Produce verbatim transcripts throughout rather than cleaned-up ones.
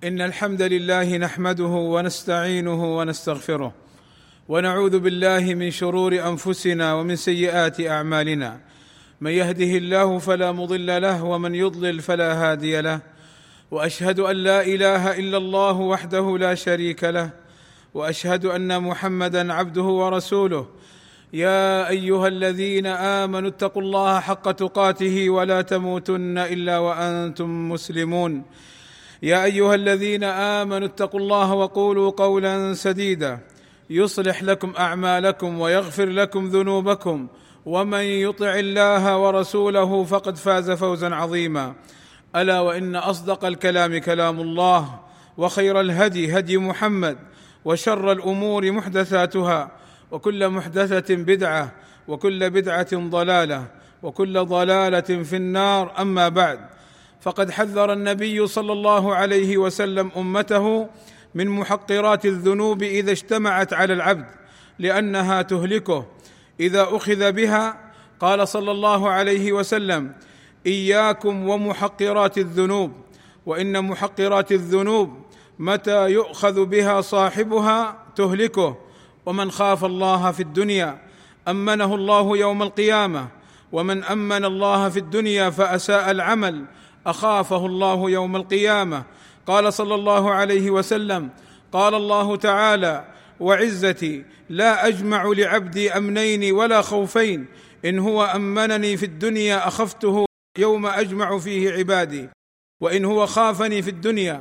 إن الحمد لله نحمده ونستعينه ونستغفره، ونعوذ بالله من شرور أنفسنا ومن سيئات أعمالنا. من يهده الله فلا مضل له، ومن يضلل فلا هادي له. وأشهد أن لا إله إلا الله وحده لا شريك له، وأشهد أن محمدًا عبده ورسوله. يا أيها الذين آمنوا اتقوا الله حق تقاته ولا تموتن إلا وأنتم مسلمون. يا أيها الذين آمنوا اتقوا الله وقولوا قولا سديدا يصلح لكم أعمالكم ويغفر لكم ذنوبكم، ومن يطع الله ورسوله فقد فاز فوزا عظيما. ألا وإن أصدق الكلام كلام الله، وخير الهدي هدي محمد، وشر الأمور محدثاتها، وكل محدثة بدعة، وكل بدعة ضلالة، وكل ضلالة في النار. أما بعد، فقد حذر النبي صلى الله عليه وسلم أمته من محقرات الذنوب إذا اجتمعت على العبد، لأنها تهلكه إذا أخذ بها. قال صلى الله عليه وسلم: إياكم ومحقرات الذنوب، وإن محقرات الذنوب متى يؤخذ بها صاحبها تهلكه. ومن خاف الله في الدنيا أمنه الله يوم القيامة، ومن أمن الله في الدنيا فأساء العمل أخافه الله يوم القيامة. قال صلى الله عليه وسلم: قال الله تعالى: وعزتي لا أجمع لعبدي أمنين ولا خوفين، إن هو أمنني في الدنيا أخفته يوم أجمع فيه عبادي، وإن هو خافني في الدنيا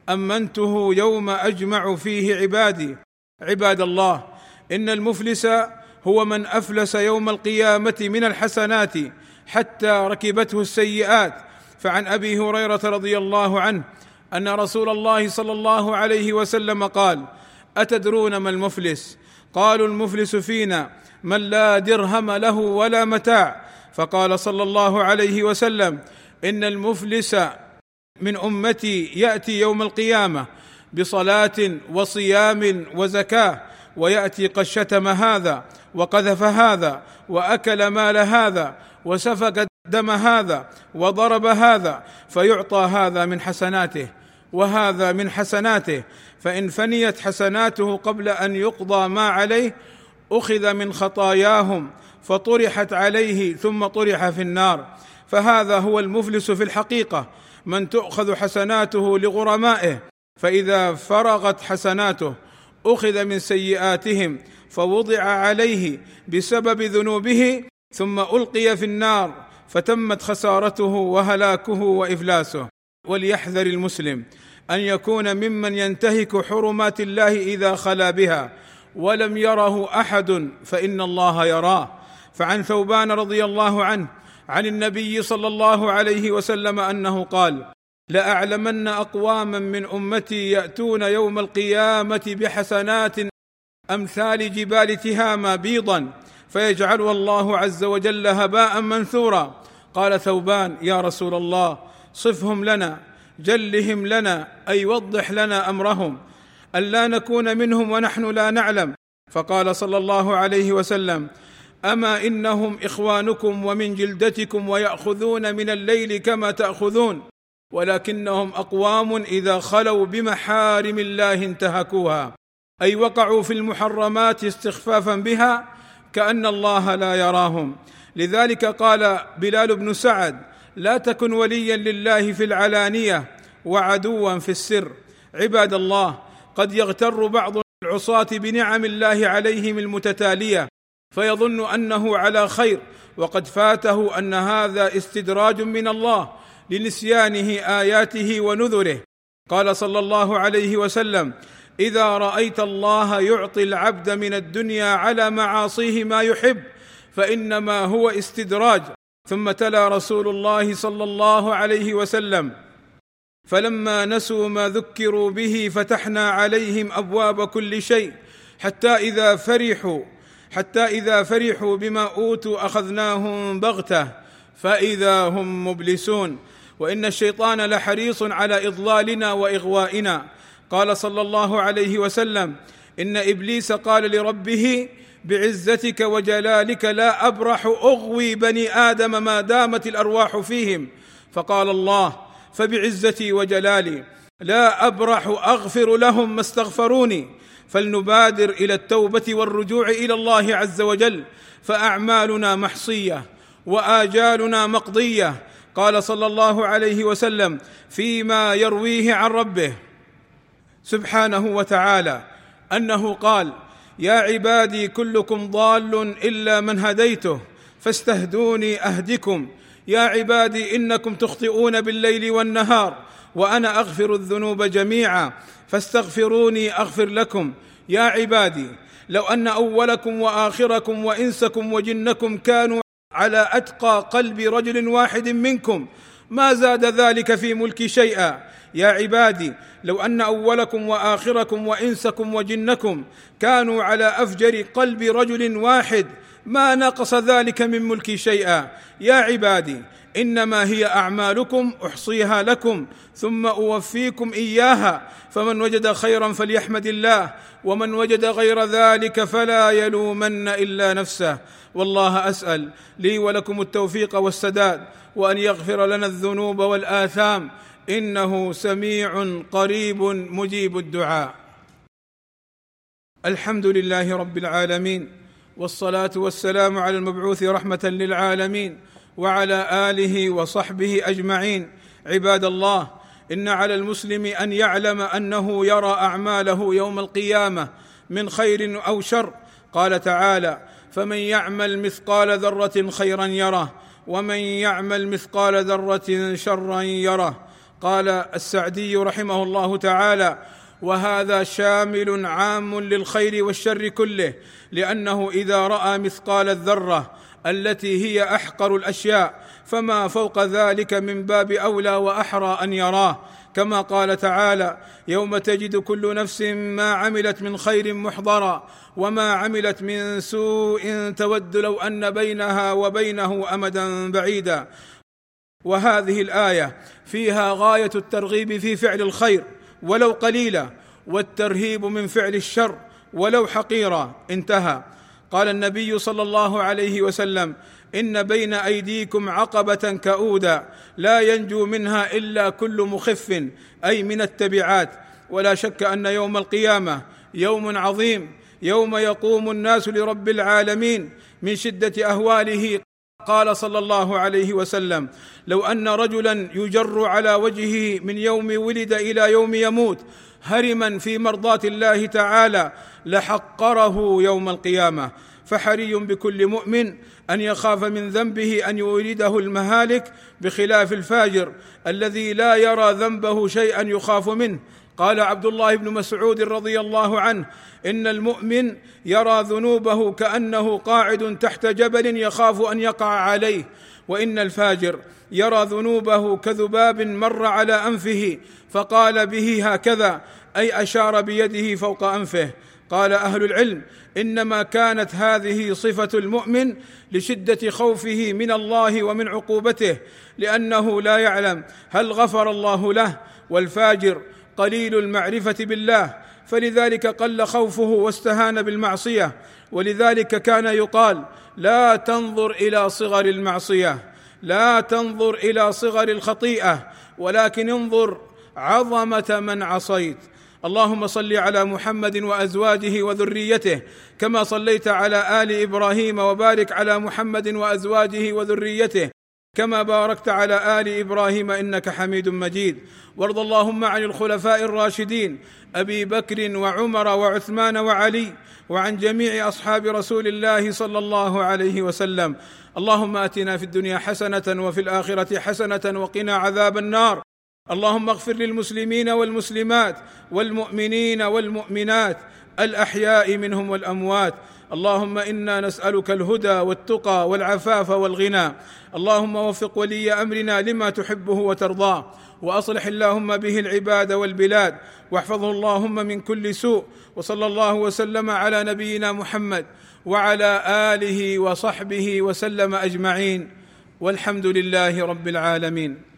أمنته يوم أجمع فيه عبادي. عباد الله، إن المفلس هو من أفلس يوم القيامة من الحسنات حتى ركبته السيئات. فعن أبي هريرة رضي الله عنه أن رسول الله صلى الله عليه وسلم قال: أتدرون ما المفلس؟ قالوا: المفلس فينا من لا درهم له ولا متاع. فقال صلى الله عليه وسلم: إن المفلس من أمتي يأتي يوم القيامة بصلاة وصيام وزكاة، ويأتي قد شتم هذا وقذف هذا وأكل مال هذا وسفك دم هذا وضرب هذا، فيعطى هذا من حسناته وهذا من حسناته، فإن فنيت حسناته قبل أن يقضى ما عليه أخذ من خطاياهم فطرحت عليه ثم طرح في النار. فهذا هو المفلس في الحقيقة، من تؤخذ حسناته لغرمائه، فإذا فرغت حسناته أخذ من سيئاتهم فوضع عليه بسبب ذنوبه، ثم ألقي في النار فتمت خسارته وهلاكه وإفلاسه. وليحذر المسلم أن يكون ممن ينتهك حرمات الله إذا خلا بها ولم يره أحد، فإن الله يراه. فعن ثوبان رضي الله عنه عن النبي صلى الله عليه وسلم أنه قال: لأعلمن أقواما من أمتي يأتون يوم القيامة بحسنات أمثال جبال تهامة بيضا، فيجعلها الله عز وجل هباء منثورا. قال ثوبان: يا رسول الله، صفهم لنا، جلهم لنا، أي وضح لنا أمرهم، ألا نكون منهم ونحن لا نعلم. فقال صلى الله عليه وسلم: أما إنهم إخوانكم ومن جلدتكم، ويأخذون من الليل كما تأخذون، ولكنهم أقوام إذا خلوا بمحارم الله انتهكوها، أي وقعوا في المحرمات استخفافا بها كأن الله لا يراهم. لذلك قال بلال بن سعد: لا تكن وليا لله في العلانية وعدوا في السر. عباد الله، قد يغتر بعض العصاة بنعم الله عليهم المتتالية فيظن أنه على خير، وقد فاته أن هذا استدراج من الله لنسيانه آياته ونذره. قال صلى الله عليه وسلم: إذا رأيت الله يعطي العبد من الدنيا على معاصيه ما يحب فإنما هو استدراج. ثم تلا رسول الله صلى الله عليه وسلم: فلما نسوا ما ذكروا به فتحنا عليهم أبواب كل شيء حتى إذا فرحوا حتى إذا فرحوا بما أوتوا أخذناهم بغتة فإذا هم مبلسون. وإن الشيطان لحريص على إضلالنا وإغوائنا. قال صلى الله عليه وسلم: إن إبليس قال لربه: بعزتك وجلالك لا أبرح أغوي بني آدم ما دامت الأرواح فيهم. فقال الله: فبعزتي وجلالي لا أبرح أغفر لهم ما استغفروني. فلنبادر إلى التوبة والرجوع إلى الله عز وجل، فأعمالنا محصية وآجالنا مقضية. قال صلى الله عليه وسلم فيما يرويه عن ربه سبحانه وتعالى أنه قال: يا عبادي كلكم ضال إلا من هديته فاستهدوني أهدكم. يا عبادي إنكم تخطئون بالليل والنهار وأنا أغفر الذنوب جميعا فاستغفروني أغفر لكم. يا عبادي لو أن أولكم وآخركم وإنسكم وجنكم كانوا على أتقى قلب رجل واحد منكم ما زاد ذلك في ملكي شيئا. يا عبادي لو أن أولكم وآخركم وإنسكم وجنكم كانوا على أفجر قلب رجل واحد ما نقص ذلك من ملكي شيئا. يا عبادي إنما هي أعمالكم أحصيها لكم ثم أوفيكم إياها، فمن وجد خيرا فليحمد الله ومن وجد غير ذلك فلا يلومن إلا نفسه. والله أسأل لي ولكم التوفيق والسداد، وأن يغفر لنا الذنوب والآثام، إنه سميع قريب مجيب الدعاء. الحمد لله رب العالمين، والصلاة والسلام على المبعوث رحمة للعالمين وعلى آله وصحبه أجمعين. عباد الله، إن على المسلم أن يعلم أنه يرى أعماله يوم القيامة من خير أو شر. قال تعالى: فمن يعمل مثقال ذرة خيرا يره ومن يعمل مثقال ذرة شرا يره. قال السعدي رحمه الله تعالى: وهذا شامل عام للخير والشر كله، لأنه إذا رأى مثقال الذرة التي هي أحقر الأشياء فما فوق ذلك من باب أولى وأحرى أن يراه، كما قال تعالى: يوم تجد كل نفس ما عملت من خير محضرا وما عملت من سوء تود لو أن بينها وبينه أمدا بعيدا. وهذه الآية فيها غاية الترغيب في فعل الخير ولو قليلا، والترهيب من فعل الشر ولو حقيرا. انتهى. قال النبي صلى الله عليه وسلم: إن بين أيديكم عقبة كؤودا لا ينجو منها إلا كل مخف، أي من التبعات. ولا شك أن يوم القيامة يوم عظيم، يوم يقوم الناس لرب العالمين من شدة أهواله. قال صلى الله عليه وسلم: لو أن رجلا يجر على وجهه من يوم ولد إلى يوم يموت هرما في مرضاة الله تعالى لحقره يوم القيامة. فحري بكل مؤمن أن يخاف من ذنبه أن يورده المهالك، بخلاف الفاجر الذي لا يرى ذنبه شيئا يخاف منه. قال عبد الله بن مسعود رضي الله عنه: إن المؤمن يرى ذنوبه كأنه قاعد تحت جبل يخاف أن يقع عليه، وإن الفاجر يرى ذنوبه كذباب مر على أنفه فقال به هكذا، أي أشار بيده فوق أنفه. قال أهل العلم: إنما كانت هذه صفة المؤمن لشدة خوفه من الله ومن عقوبته، لأنه لا يعلم هل غفر الله له، والفاجر قليل المعرفة بالله، فلذلك قل خوفه واستهان بالمعصية. ولذلك كان يقال: لا تنظر إلى صغر المعصية، لا تنظر إلى صغر الخطيئة، ولكن انظر عظمة من عصيت. اللهم صل على محمد وأزواجه وذريته كما صليت على آل إبراهيم، وبارك على محمد وأزواجه وذريته كما باركت على آل إبراهيم إنك حميد مجيد. وارض اللهم عن الخلفاء الراشدين أبي بكر وعمر وعثمان وعلي، وعن جميع أصحاب رسول الله صلى الله عليه وسلم. اللهم آتنا في الدنيا حسنة وفي الآخرة حسنة وقنا عذاب النار. اللهم اغفر للمسلمين والمسلمات والمؤمنين والمؤمنات الأحياء منهم والأموات. اللهم إنا نسألك الهدى والتقى والعفاف والغنى. اللهم وفق ولي أمرنا لما تحبه وترضاه، وأصلح اللهم به العباد والبلاد، واحفظه اللهم من كل سوء. وصلى الله وسلم على نبينا محمد وعلى آله وصحبه وسلم أجمعين، والحمد لله رب العالمين.